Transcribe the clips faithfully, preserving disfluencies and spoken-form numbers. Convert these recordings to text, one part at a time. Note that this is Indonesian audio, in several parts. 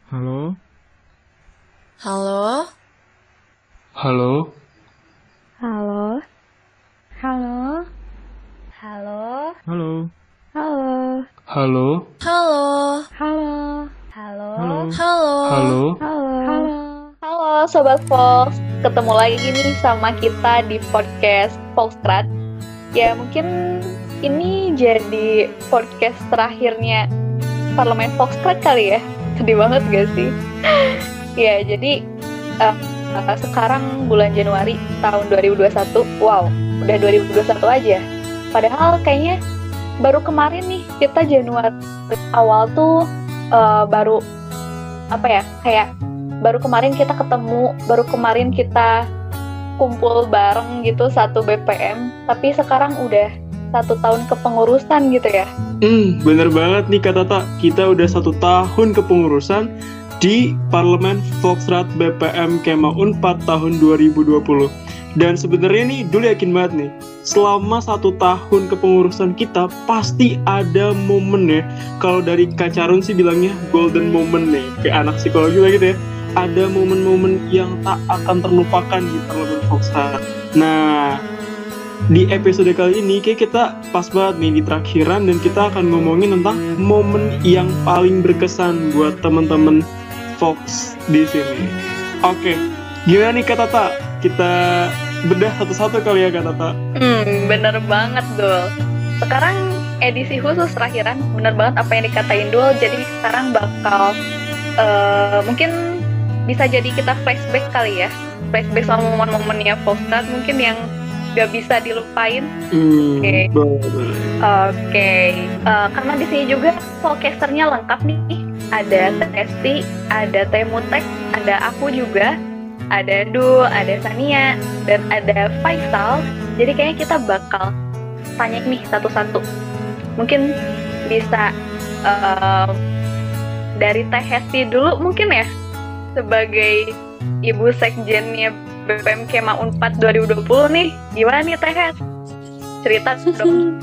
Halo, Halo, halo, Halo, halo, halo, halo, halo, halo, halo, halo, halo, halo, halo. halo. halo. Halo Sobat Fox, ketemu lagi nih sama kita di podcast Foxtrot. Ya mungkin ini jadi podcast terakhirnya Parlemen Foxtrot kali ya. Sedih banget gak sih? Ya jadi uh, uh, sekarang bulan Januari tahun dua ribu dua puluh satu. Wow, udah dua ribu dua puluh satu aja. Padahal kayaknya baru kemarin nih kita Januari awal tuh uh, baru apa ya kayak baru kemarin kita ketemu, baru kemarin kita kumpul bareng gitu satu B P M, tapi sekarang udah satu tahun kepengurusan gitu ya. Hmm, bener banget nih Kak Tata. Kita udah satu tahun kepengurusan di Parlemen Foxtrot B P M Kema Unpad tahun dua ribu dua puluh. Dan sebenarnya nih, dulu yakin banget nih, selama satu tahun kepengurusan kita pasti ada momen ya. Kalau dari Kak Carun sih bilangnya golden moment nih, kayak anak psikologi lah gitu ya. Ada momen-momen yang tak akan terlupakan di Parlemen Foxtrot. Nah, di episode kali ini kayak kita pas banget nih di terakhiran dan kita akan ngomongin tentang momen yang paling berkesan buat teman-teman Fox di sini. Oke, gimana nih Kak Tata? Kita bedah satu-satu kali ya Kak Tata. Hmm, bener banget Dul. Sekarang edisi khusus terakhiran, bener banget apa yang dikatain Dul. Jadi sekarang bakal uh, mungkin bisa jadi kita flashback kali ya, flashback sama momen-momennya Foxtrot mungkin yang gak bisa dilupain. Hmm, Oke, boleh. oke. Uh, karena di sini juga podcasternya lengkap nih. Ada Testi, ada Temutek, ada aku juga, ada Dul, ada Sania, dan ada Faisal. Jadi kayaknya kita bakal tanya nih satu-satu. Mungkin bisa uh, dari Teh Hesti dulu mungkin ya, sebagai Ibu Sekjennya B P M Kema Unpad dua ribu dua puluh nih. Gimana nih Teh Hes? Cerita dong.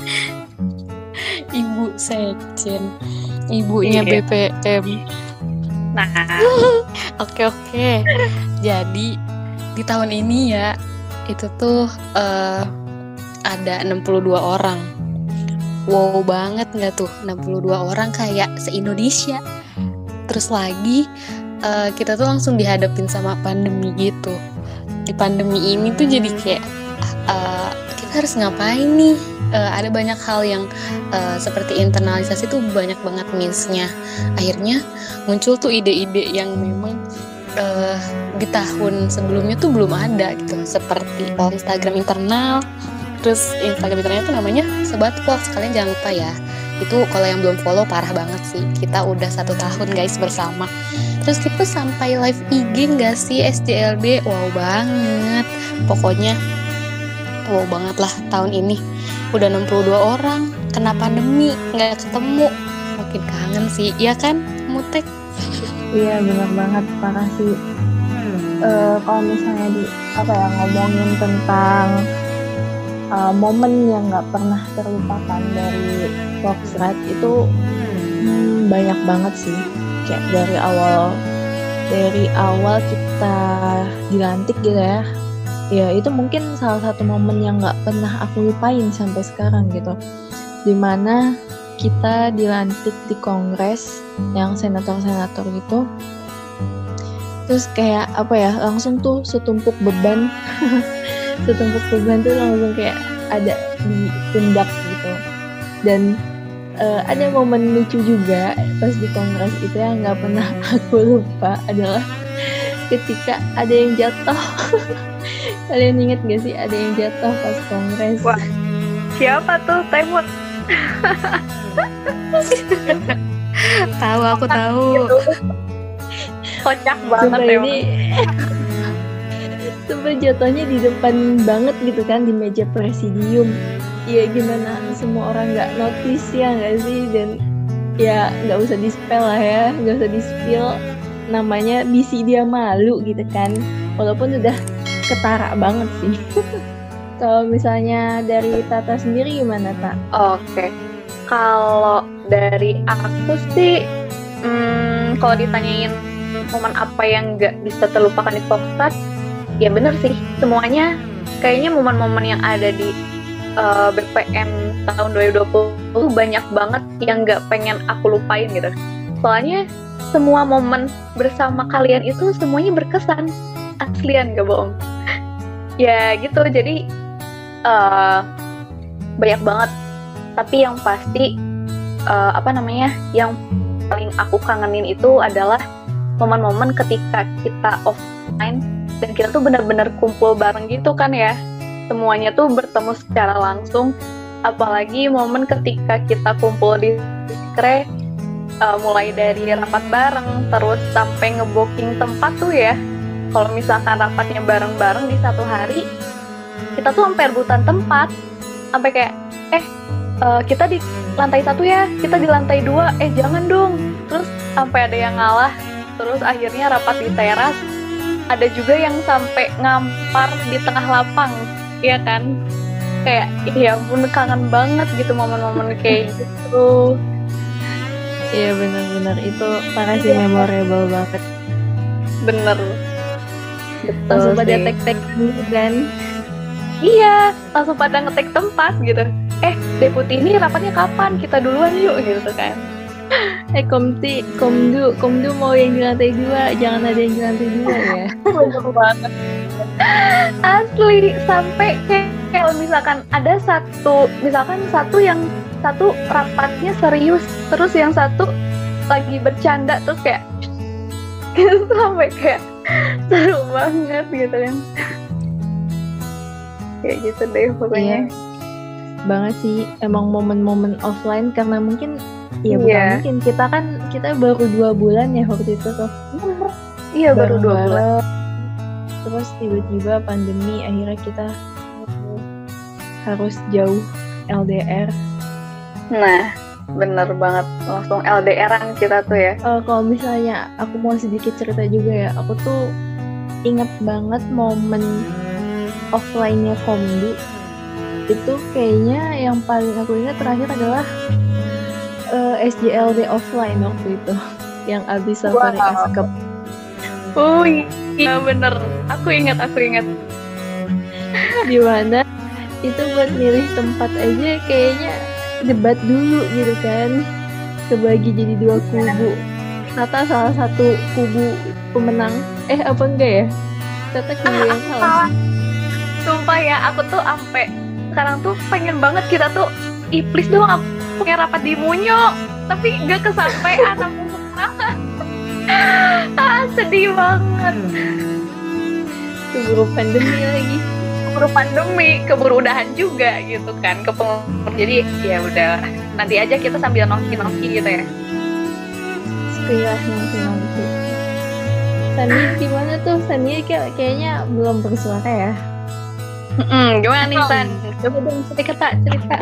Ibu Sekjen, ibunya Iya. B P M. Nah, Oke oke. Jadi di tahun ini ya itu tuh eh, ada enam puluh dua orang. Wow banget nggak tuh enam puluh dua orang kayak se-Indonesia. Terus lagi eh, kita tuh langsung dihadapin sama pandemi gitu. Di pandemi ini tuh jadi kayak uh, kita harus ngapain nih? Uh, ada banyak hal yang uh, seperti internalisasi tuh banyak banget miss-nya. Akhirnya muncul tuh ide-ide yang memang uh, di tahun sebelumnya tuh belum ada gitu. Seperti Instagram internal. Terus Instagram internalnya tuh namanya Sobat Fox. Kalian jangan lupa ya. Itu kalau yang belum follow parah banget sih. Kita udah satu tahun guys bersama. Terus kita sampai live I G nggak sih S J L D? Wow banget. Pokoknya wow banget lah tahun ini. Udah enam puluh dua orang kena pandemi, nggak ketemu. Makin kangen sih, ya kan Mutek? Iya benar banget, parah sih. Uh, kalau misalnya di apa ya ngomongin tentang uh, momen yang nggak pernah terlupakan dari Foxtrot itu hmm, banyak banget sih. Kayak dari awal dari awal kita dilantik gitu ya, ya itu mungkin salah satu momen yang nggak pernah aku lupain sampai sekarang gitu, dimana kita dilantik di kongres yang senator-senator gitu. Terus kayak apa ya, langsung tuh setumpuk beban setumpuk beban tuh langsung kayak ada di pundak gitu. Dan Uh, ada momen lucu juga pas di kongres itu yang nggak pernah aku lupa adalah ketika ada yang jatuh. Kalian inget gak sih ada yang jatuh pas kongres? wah, siapa tuh Temut? Tahu aku tahu. Kocak banget Sumpah emang. ini Sumpah jatuhnya di depan banget gitu kan, di meja presidium. Ya gimana semua orang nggak notice ya nggak sih? Dan ya nggak usah di-spell lah ya, nggak usah di-spill, namanya bisi dia malu gitu kan, walaupun udah ketara banget sih. Kalau misalnya dari Tata sendiri gimana Tak? Oke, kalau dari aku sih, hmm, kalau ditanyain momen apa yang nggak bisa terlupakan di Foxtrot? Ya bener sih, semuanya kayaknya momen-momen yang ada di uh, B P M tahun dua ribu dua puluh banyak banget yang nggak pengen aku lupain gitu. Soalnya semua momen bersama kalian itu semuanya berkesan, aslian gak bohong. Ya gitu, jadi uh, banyak banget. Tapi yang pasti uh, apa namanya, yang paling aku kangenin itu adalah momen-momen ketika kita offline dan kita tuh benar-benar kumpul bareng gitu kan ya. Semuanya tuh bertemu secara langsung. Apalagi momen ketika kita kumpul di Skre, uh, mulai dari rapat bareng terus sampai ngebooking tempat tuh ya. Kalau misalkan rapatnya bareng-bareng di satu hari, kita tuh sampai rebutan tempat, sampai kayak eh uh, kita di lantai satu ya, kita di lantai dua, eh jangan dong. Terus sampai ada yang ngalah, terus akhirnya rapat di teras. Ada juga yang sampai ngampar di tengah lapang, ya kan? Kayak iya ampun, kangen banget gitu momen-momen kayak gitu. Iya benar-benar itu parah sih, memorable banget. Bener. Betul. Langsung pada sih. tek-tek gitu kan. Iya, langsung pada ngetek tempat gitu. Eh, deputi ini rapatnya kapan? Kita duluan yuk gitu kan. Eh komti, komdu, komdu mau yang di lantai dua, jangan ada yang di lantai dua ya. Bener banget. Asli, sampai kayak kalau misalkan ada satu, misalkan satu yang satu rapatnya serius, terus yang satu lagi bercanda, terus kayak sampai kayak seru banget gitu kan. Kayak gitu deh pokoknya. Iya. Banget sih, emang momen-momen offline karena mungkin ya bukan Iya. mungkin, kita kan kita baru dua bulan ya waktu itu tuh. Iya, baru dua bulan. Bareng-bareng. Terus tiba-tiba pandemi, akhirnya kita harus jauh L D R. Nah, bener banget. Langsung L D R-an kita tuh ya. Uh, kalau misalnya aku mau sedikit cerita juga ya, aku tuh inget banget momen offline-nya Komdu. Itu kayaknya yang paling aku ingat terakhir adalah uh, S J L D offline waktu itu, yang abis safari Wow. Ascap. Oh iya bener. Aku ingat, aku ingat. Di mana itu buat milih tempat aja kayaknya debat dulu gitu kan, kebagi jadi dua kubu. Tata salah satu kubu pemenang, eh apa enggak ya? Tata kubu yang kalah. Sumpah ya, aku tuh ampe sekarang tuh pengen banget kita tuh, ih please dong aku pengen rapat di Munyo, tapi gak kesampaian aku sekarang. Ah, sedih banget. Keburu pandemi lagi. Keburu pandemi, keburu udahan juga gitu kan, kepeng. Jadi ya udah, nanti aja kita sambil nongki-nongki gitu ya. Sekilas nanti-nanti. Sani gimana tuh? Sani kayak, kayaknya belum bersuara ya? Mm-mm, gimana nih San? Coba dong cerita, cerita.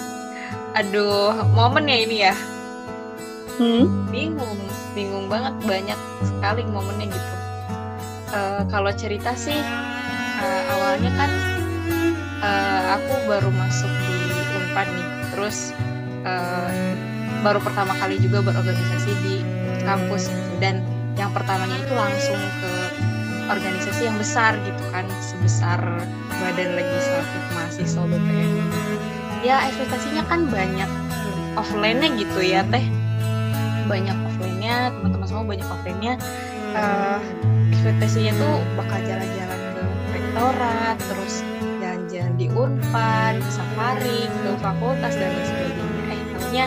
Aduh, momen ya ini ya. Hmm? Bingung, bingung banget, banyak sekali momennya gitu. Eh, kalau cerita sih, eh, awalnya kan eh, aku baru masuk di Unpad nih, terus eh, baru pertama kali juga berorganisasi di kampus gitu. Dan yang pertamanya itu langsung ke organisasi yang besar gitu kan, sebesar Badan Legislatif Mahasiswa B P M. Ya ekspektasinya kan banyak offline-nya gitu ya teh, banyak offline-nya, teman-teman semua banyak offline-nya. Uh, ekspektasinya tuh bakal jalan-jalan ke rektorat, terus jalan-jalan di Unpad, ke safari, ke fakultas dan lain sebagainya. Eh tahunya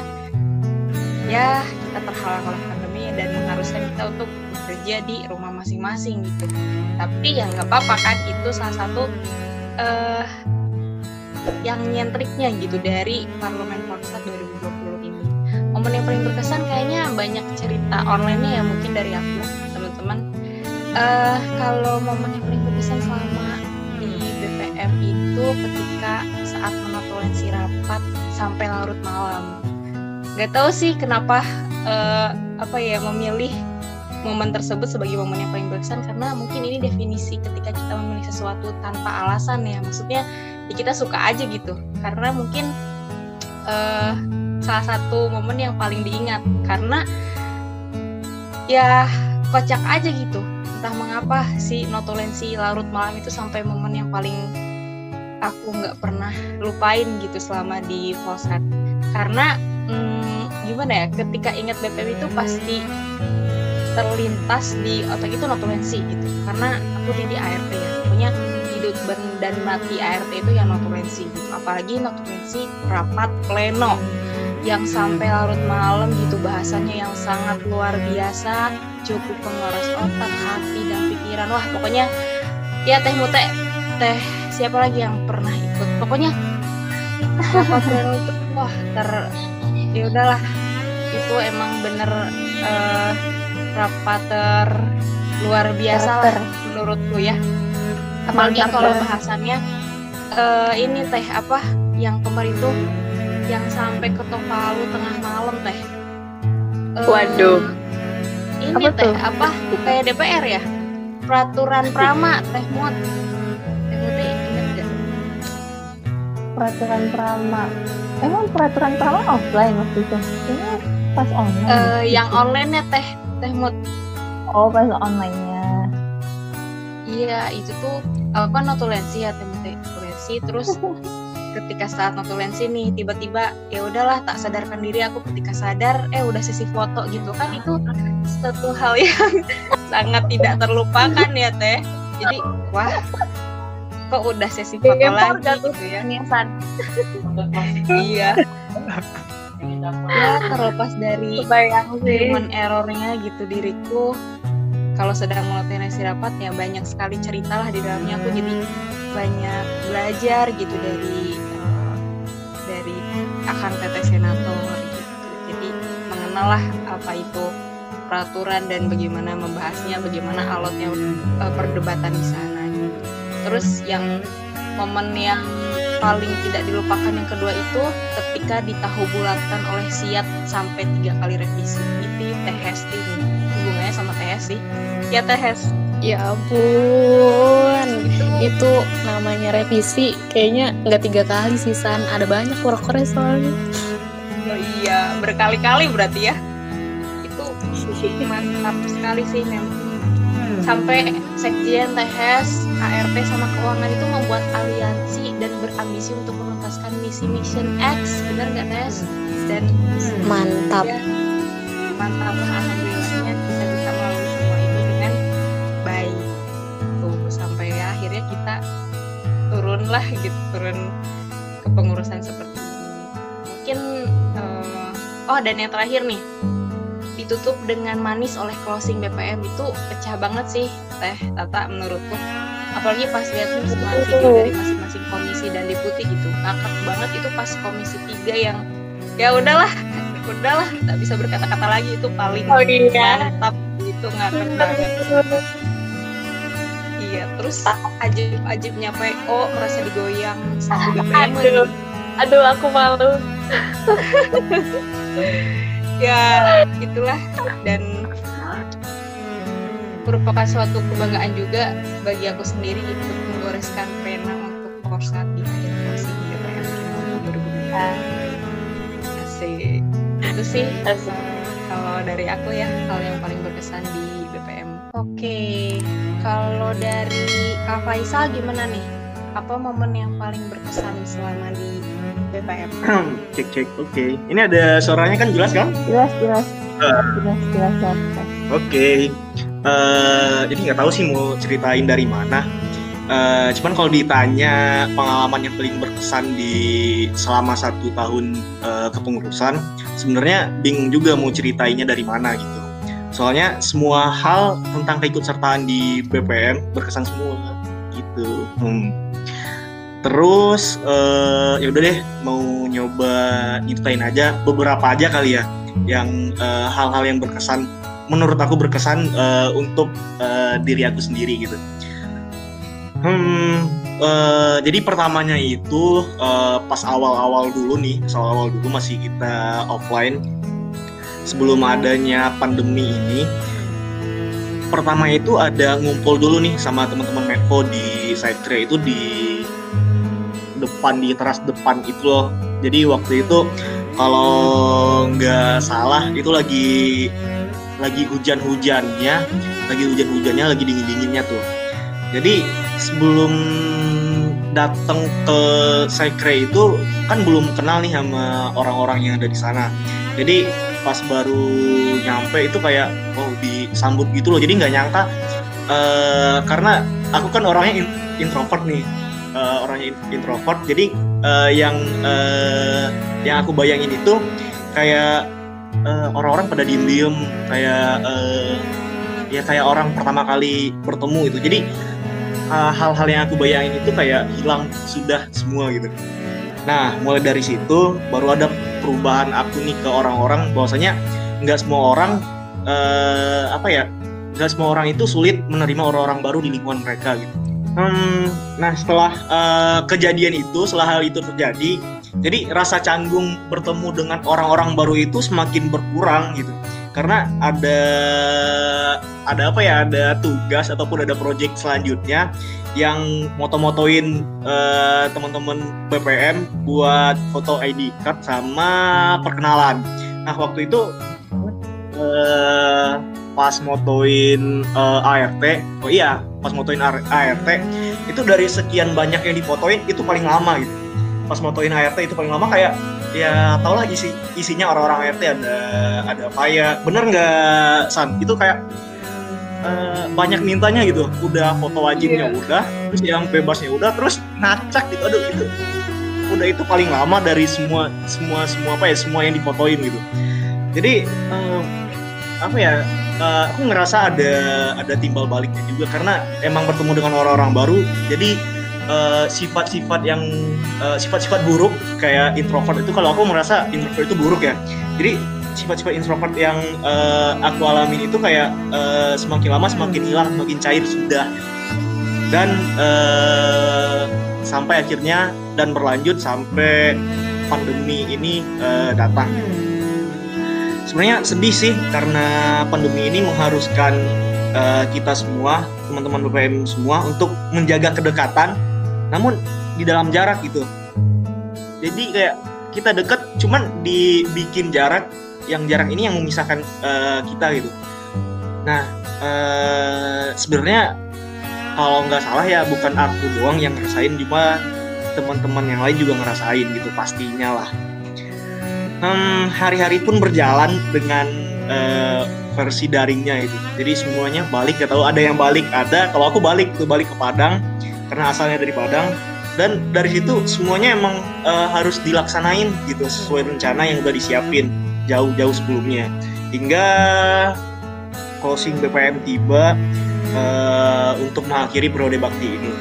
ya kita terhalang oleh pandemi dan mengharuskan kita untuk bekerja di rumah masing-masing gitu. Tapi ya nggak apa-apa kan, itu salah satu uh, yang nyentriknya gitu dari Parlemen Foxtrot dua ribu dua puluh ini. Momen yang paling berkesan kayaknya banyak cerita online-nya ya mungkin dari aku, teman-teman. Uh, kalau momen yang paling berkesan selama di B P M itu ketika saat menotulensi rapat sampai larut malam. Gak tahu sih kenapa uh, apa ya memilih momen tersebut sebagai momen yang paling berkesan, karena mungkin ini definisi ketika kita memilih sesuatu tanpa alasan ya, maksudnya ya kita suka aja gitu, karena mungkin uh, salah satu momen yang paling diingat karena ya kocak aja gitu. Entah mengapa si notulensi larut malam itu sampai momen yang paling aku nggak pernah lupain gitu selama di Volksrat. Karena hmm, gimana ya, ketika ingat B P M itu pasti terlintas di otak itu notulensi gitu. Karena aku di A R T ya, punya hidup dan mati A R T itu yang notulensi gitu. Apalagi notulensi rapat pleno yang sampai larut malam gitu, bahasanya yang sangat luar biasa, cukup menguras otak, hati, dan pikiran. Wah pokoknya ya teh mute, teh siapa lagi yang pernah ikut, pokoknya rapat pleno itu wah ter ya udahlah, itu emang bener uh, rapat ter luar biasa lah menurutku ya. Apalagi kalau bahasannya uh, ini teh apa yang kemarin tuh yang sampai ketok palu tengah malam teh. Uh, Waduh. Ini Apa teh tuh? apa kayak D P R ya? Peraturan Prama teh Mut. Teh Mut ingat gak? Peraturan Prama. Emang peraturan Prama offline waktu itu? Ini pas online. Uh, yang online-nya teh teh Mut. Oh, pas online-nya. Iya, itu tuh apa notulensi ya, teh notulensi terus ketika saat notulensi nih tiba-tiba ya udahlah tak sadarkan diri aku, ketika sadar eh udah sesi foto gitu kan, itu satu hal yang sangat tidak terlupakan ya teh. Jadi wah kok udah sesi foto lagi gitu ya. Iya. Ya terlepas dari human errornya gitu diriku, kalau sedang notulensi rapat ya banyak sekali cerita lah di dalamnya. Aku jadi banyak belajar gitu dari uh, dari akan T T senator gitu. Jadi mengenal lah apa itu peraturan dan bagaimana membahasnya, bagaimana alotnya uh, perdebatan di sana gitu. Terus yang momen yang paling tidak dilupakan yang kedua itu ketika ditahu bulatkan oleh Siat sampai tiga kali revisi. Itu Tehes ini hubungannya sama Tehes sih. Ya Tehes. Ya ampun, itu, itu namanya revisi kayaknya nggak tiga kali sih San, ada banyak workernya soalnya. Oh iya, berkali-kali berarti ya. Itu mantap sekali sih memang. Sampai sekjen T H S, A R T sama keuangan itu membuat aliansi dan berambisi untuk menuntaskan misi Mission X, benar nggak T S? Dan mantap. Ya, mantap lah, alhamdulillahnya kita bisa melalui semua itu dengan baik. Tuh sampai akhirnya kita turun lah gitu, turun ke pengurusan seperti ini. Mungkin uh, oh dan yang terakhir nih, ditutup dengan manis oleh closing B P M itu pecah banget sih Teh Tata menurutku. Apalagi pas lihat semua video dari masing-masing komisi dan deputi gitu, ngakak banget itu pas komisi tiga yang ya udahlah, udahlah tak bisa berkata-kata lagi, itu paling oh, iya. mantap itu, ngakak banget. Iya, terus ajib-ajibnya P O merasa digoyang sama B P M. Aduh, aduh aku malu. Ya itulah, dan merupakan suatu kebanggaan juga bagi aku sendiri ikut menggoreskan pena untuk Volksrat di akhir closing B P M dua ribu dua puluh. Asik. Itu sih Asik. Kalau dari aku ya, hal yang paling berkesan di B P M. Oke, kalau dari Kak Faisal gimana nih? Apa momen yang paling berkesan selama di B P M? Cek cek, oke. Okay. Ini ada suaranya kan jelas kan? Jelas jelas. Uh. Jelas jelas jelas. Oke. Okay. Uh, jadi nggak tahu sih mau ceritain dari mana. Uh, cuman kalau ditanya pengalaman yang paling berkesan di selama satu tahun uh, kepengurusan, sebenarnya bingung juga mau ceritainnya dari mana gitu. Soalnya semua hal tentang keikutsertaan di B P M berkesan semua gitu. Hmm. Terus uh, ya udah deh, mau nyoba nyeritain aja beberapa aja kali ya, yang uh, hal-hal yang berkesan, menurut aku berkesan uh, untuk uh, diri aku sendiri gitu. Hmm, uh, jadi pertamanya itu uh, pas awal-awal dulu nih, awal-awal dulu masih kita offline sebelum adanya pandemi ini. Pertama itu ada ngumpul dulu nih sama teman-teman Medco di Sidetrack itu di depan, di teras depan itu loh. Jadi waktu itu kalau nggak salah itu lagi lagi hujan-hujannya, lagi hujan-hujannya, lagi dingin-dinginnya tuh. Jadi sebelum datang ke Sekre itu kan belum kenal nih sama orang-orang yang ada di sana. Jadi pas baru nyampe itu kayak oh disambut gitu loh. Jadi nggak nyangka uh, karena aku kan orangnya introvert nih, uh, orangnya introvert. Jadi uh, yang uh, yang aku bayangin itu kayak uh, orang-orang pada diem-diem, kayak uh, ya kayak orang pertama kali bertemu gitu. Jadi uh, hal-hal yang aku bayangin itu kayak hilang sudah semua gitu. Nah, mulai dari situ baru ada perubahan aku nih ke orang-orang, bahwasanya nggak semua orang uh, apa ya, nggak semua orang itu sulit menerima orang-orang baru di lingkungan mereka gitu. Hmm, nah setelah uh, kejadian itu, setelah hal itu terjadi, jadi rasa canggung bertemu dengan orang-orang baru itu semakin berkurang gitu. Karena ada ada apa ya, ada tugas ataupun ada project selanjutnya yang moto-motoin uh, teman-teman B P M buat foto I D card sama perkenalan. Nah waktu itu uh, pas motoin uh, A R T, oh iya pas motoin A R T itu dari sekian banyak yang difotoin itu paling lama gitu. Pas motoin A R T itu paling lama, kayak ya tau lah isi isinya orang-orang A R T, ada ada Faya, bener nggak San? Itu kayak uh, banyak mintanya gitu, udah foto wajibnya yeah. udah, terus yang bebasnya udah, terus ngacak gitu, aduh itu udah itu paling lama dari semua semua semua apa ya semua yang difotoin gitu. Jadi uh, apa ya? Uh, aku ngerasa ada ada timbal baliknya juga karena emang bertemu dengan orang-orang baru, jadi uh, sifat-sifat yang uh, sifat-sifat buruk kayak introvert itu, kalau aku merasa introvert itu buruk ya, jadi sifat-sifat introvert yang uh, aku alamin itu kayak uh, semakin lama semakin hilang, semakin cair sudah, dan uh, sampai akhirnya dan berlanjut sampai pandemi ini uh, datang. Sebenarnya sedih sih karena pandemi ini mengharuskan uh, kita semua, teman-teman B P M semua untuk menjaga kedekatan, namun di dalam jarak gitu. Jadi kayak kita deket, cuman dibikin jarak, yang jarak ini yang memisahkan uh, kita gitu. Nah uh, sebenarnya kalau nggak salah ya bukan aku doang yang ngerasain, cuma teman-teman yang lain juga ngerasain gitu pastinya lah. Hmm, hari-hari pun berjalan dengan uh, versi daringnya itu. Jadi semuanya balik, gak tahu ada yang balik, ada. Kalau aku balik tuh balik ke Padang karena asalnya dari Padang, dan dari situ semuanya emang uh, harus dilaksanain gitu sesuai rencana yang udah disiapin jauh-jauh sebelumnya. Hingga closing B P M tiba uh, untuk mengakhiri periode bakti ini.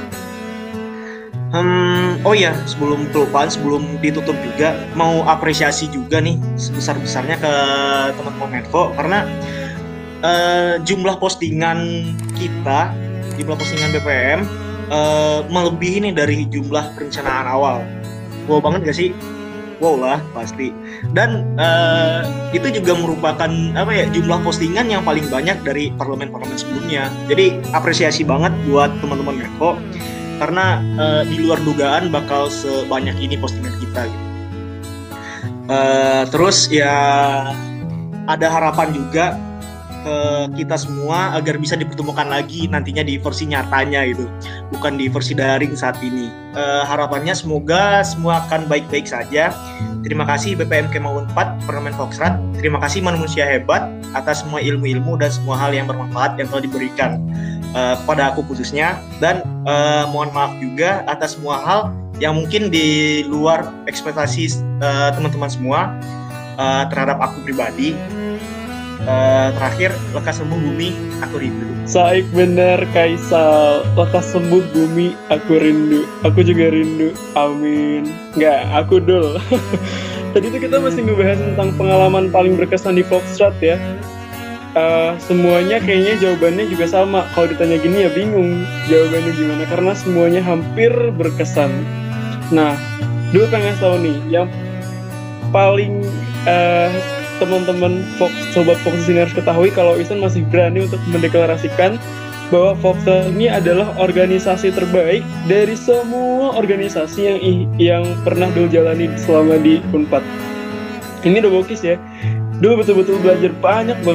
Hmm, oh ya, sebelum kelupaan, sebelum ditutup juga, mau apresiasi juga nih sebesar-besarnya ke teman-teman Medfo, karena uh, jumlah postingan kita, jumlah postingan B P M uh, melebihi nih dari jumlah perencanaan awal. Wow banget gak sih? Wow lah pasti. Dan uh, itu juga merupakan apa ya, jumlah postingan yang paling banyak dari parlemen-parlemen sebelumnya. Jadi apresiasi banget buat teman-teman Medfo, karena uh, di luar dugaan bakal sebanyak ini postingan kita gitu. Uh, terus ya ada harapan juga ke kita semua agar bisa dipertemukan lagi nantinya di versi nyatanya gitu, bukan di versi daring saat ini. Uh, harapannya semoga semua akan baik-baik saja. Terima kasih B P M Kemau Unpad, Parlemen Foxtrot. Terima kasih manusia hebat atas semua ilmu-ilmu dan semua hal yang bermanfaat yang telah diberikan Uh, kepada aku khususnya, dan uh, mohon maaf juga atas semua hal yang mungkin di luar ekspektasi uh, teman-teman semua uh, terhadap aku pribadi. Uh, terakhir, lekas sembuh bumi, aku rindu. Saik bener Kaisal, lekas sembuh bumi, aku rindu. Aku juga rindu, amin. Nggak, aku dul. Tadi tuh kita masih ngebahas tentang pengalaman paling berkesan di Foxtrot ya. Uh, semuanya kayaknya jawabannya juga sama. Kalau ditanya gini ya bingung jawabannya gimana, karena semuanya hampir berkesan. Nah, dulu pengen tahu nih yang paling uh, teman-teman Fox, sobat Foxtrot harus ketahui kalau Ihsan masih berani untuk mendeklarasikan bahwa Foxtrot ini adalah organisasi terbaik dari semua organisasi yang yang pernah dulu jalani selama di Unpad. Ini udah bokis ya. Dulu betul-betul belajar banyak banget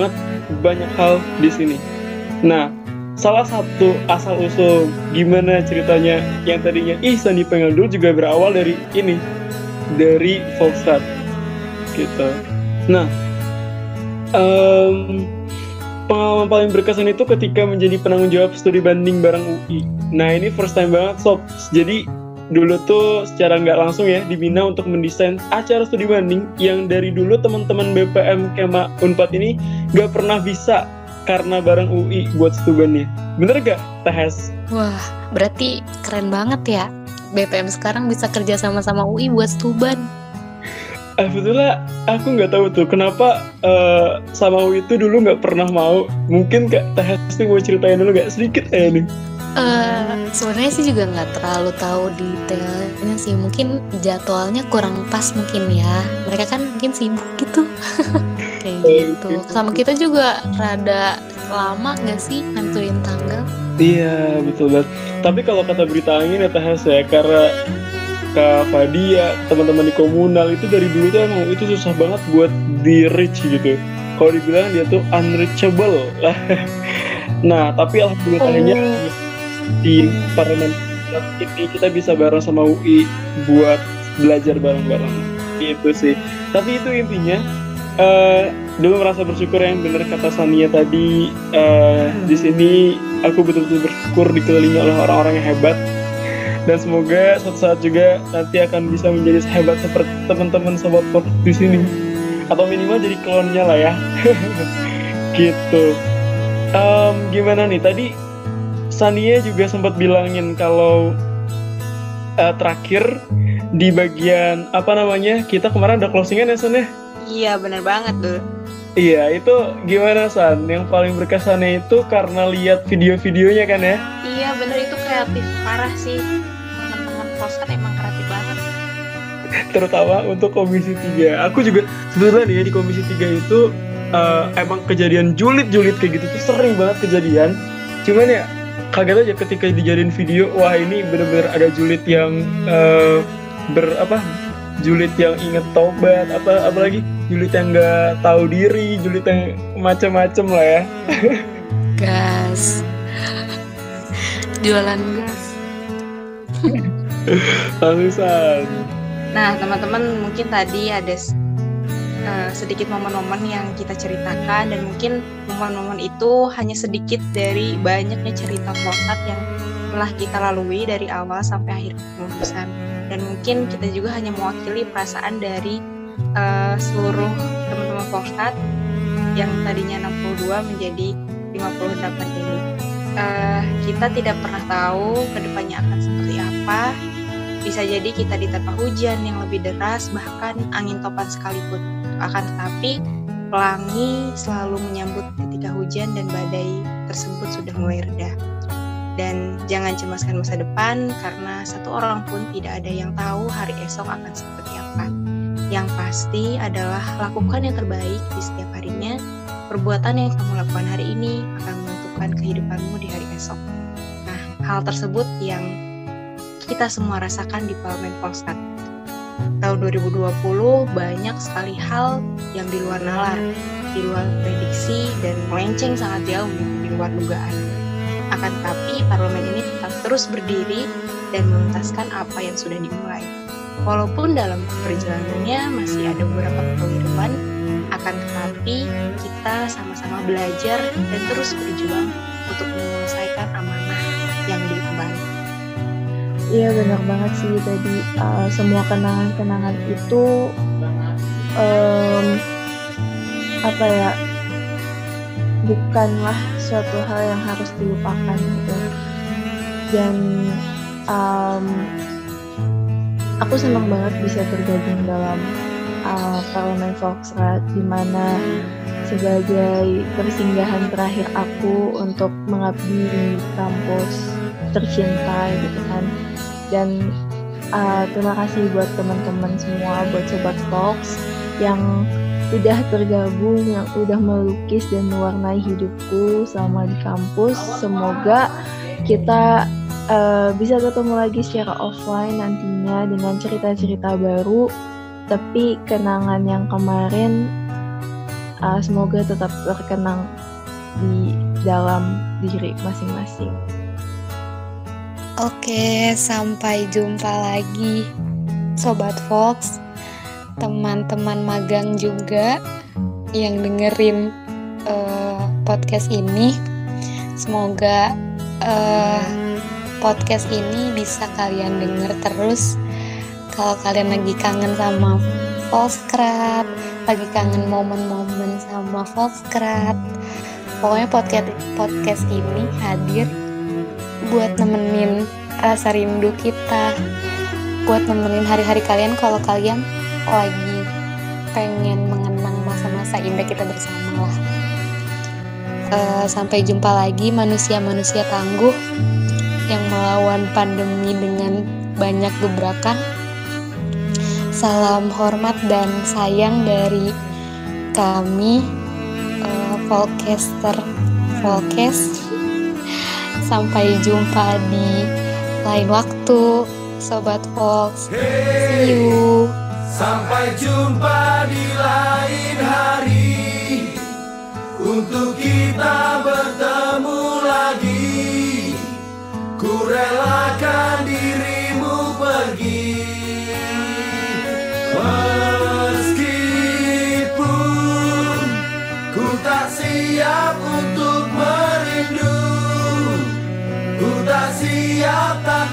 banyak hal di sini. Nah, salah satu asal-usul gimana ceritanya yang tadinya ih Sandi pengen dulu juga berawal dari ini, dari Volkswagen gitu. Nah, um, pengalaman paling berkesan itu ketika menjadi penanggung jawab studi banding bareng U I. Nah, ini first time banget sob. Jadi dulu tuh secara nggak langsung ya dibina untuk mendesain acara studi banding yang dari dulu teman-teman B P M Kema Unpad ini nggak pernah bisa karena bareng U I buat stubannya. Bener gak, Tehes? Wah, berarti keren banget ya. B P M sekarang bisa kerja sama-sama U I buat stuban. Eh, betulnya aku nggak tahu tuh kenapa uh, sama U I itu dulu nggak pernah mau. Mungkin Kak Tehes tuh mau ceritain dulu nggak sedikit ya nih? Uh, sebenarnya sih juga nggak terlalu tahu detailnya sih. Mungkin jadwalnya kurang pas mungkin ya. Mereka kan mungkin sibuk gitu. Kayak gitu. Sama kita juga rada lama nggak sih nentuin tanggal? Iya betul banget. Tapi kalau kata berita angin ya Tehes ya, karena Kak Fadia, teman-teman di komunal itu dari dulu tuh emang itu susah banget buat di reach gitu. Kalau dibilang dia tuh unreachable lah. Nah tapi alhamdulillahnya oh. di parlemen ini kita bisa bareng sama U I buat belajar bareng-bareng. Itu sih. Tapi itu intinya. Uh, dulu merasa bersyukur yang benar kata Sania tadi. Uh, di sini aku betul-betul bersyukur dikelilingi oleh orang-orang yang hebat. Dan semoga suatu saat juga nanti akan bisa menjadi hebat seperti teman-teman sobat Fox di sini, atau minimal jadi klonnya lah ya. Gitu. Um, gimana nih tadi Sania juga sempat bilangin kalau uh, terakhir di bagian apa namanya kita kemarin ada closingan ya San ya? Iya benar banget tuh. Iya itu gimana San? Yang paling berkesannya itu karena lihat video-videonya kan ya? Iya benar itu kreatif parah sih. Teman-teman Volkswagen emang kreatif banget. Terutama untuk komisi tiga. Aku juga sebetulnya nih ya di komisi tiga itu uh, emang kejadian julid-julid kayak gitu tuh sering banget kejadian. Cuman ya kaget aja ketika dijadiin video, wah ini benar-benar ada julid yang uh, ber apa? Julid yang inget tobat, apa apalagi julid yang nggak tahu diri, julid yang macam-macam lah ya. Gas, jualan gas. Langsung. Nah teman-teman mungkin tadi ada uh, sedikit momen-momen yang kita ceritakan dan mungkin momen-momen itu hanya sedikit dari banyaknya cerita Volkswagen yang telah kita lalui dari awal sampai akhir kepengurusan. Dan mungkin kita juga hanya mewakili perasaan dari uh, seluruh teman-teman Volkswagen yang tadinya enam puluh dua menjadi lima puluh delapan ini. Uh, kita tidak pernah tahu kedepannya akan seperti apa. Bisa jadi kita diterpa hujan yang lebih deras, bahkan angin topan sekalipun. Akan tetapi pelangi selalu menyambut ketika hujan dan badai tersebut sudah mulai reda. Dan jangan cemaskan masa depan, karena satu orang pun tidak ada yang tahu hari esok akan seperti apa. Yang pasti adalah lakukan yang terbaik di setiap harinya. Perbuatan yang kamu lakukan hari ini akan menentukan kehidupanmu di hari esok. Nah, hal tersebut yang kita semua rasakan di Parlemen Volkswagen. Tahun dua ribu dua puluh banyak sekali hal yang di luar nalar, di luar prediksi, dan melenceng sangat jauh di luar dugaan. Akan tetapi parlemen ini tetap terus berdiri dan menuntaskan apa yang sudah dimulai. Walaupun dalam perjalanannya masih ada beberapa kekeliruan, akan tetapi kita sama-sama belajar dan terus berjuang untuk menyelesaikan amanah yang diemban. Iya benar banget sih tadi uh, semua kenangan-kenangan itu um, apa ya bukanlah suatu hal yang harus dilupakan gitu. Dan um, aku senang banget bisa bergabung dalam uh, Parlemen Volkswagen, di mana sebagai persinggahan terakhir aku untuk mengabdi di kampus tercinta gitu kan. Dan uh, terima kasih buat teman-teman semua, buat Sobat Volks yang udah tergabung, yang udah melukis dan mewarnai hidupku selama di kampus. Semoga kita uh, bisa ketemu lagi secara offline nantinya dengan cerita-cerita baru. Tapi kenangan yang kemarin uh, semoga tetap terkenang di dalam diri masing-masing. Oke, sampai jumpa lagi Sobat Fox, teman-teman magang juga yang dengerin uh, podcast ini. Semoga uh, podcast ini bisa kalian denger terus. Kalau kalian lagi kangen sama Volkskrad, lagi kangen momen-momen sama Volkskrad, pokoknya podcast podcast ini hadir buat nemenin rasa rindu kita, buat nemenin hari-hari kalian kalau kalian lagi pengen mengenang masa-masa indah kita bersama lah. Uh, sampai jumpa lagi manusia-manusia tangguh yang melawan pandemi dengan banyak gebrakan. Salam hormat dan sayang dari kami, uh, Volcaster Volcast. Sampai jumpa di lain waktu, Sobat Fox. See you. Sampai jumpa di lain hari, untuk kita bertemu lagi. Ku relakan dirimu pergi, meskipun ku tak siap untuk merindu, ku tak siap tak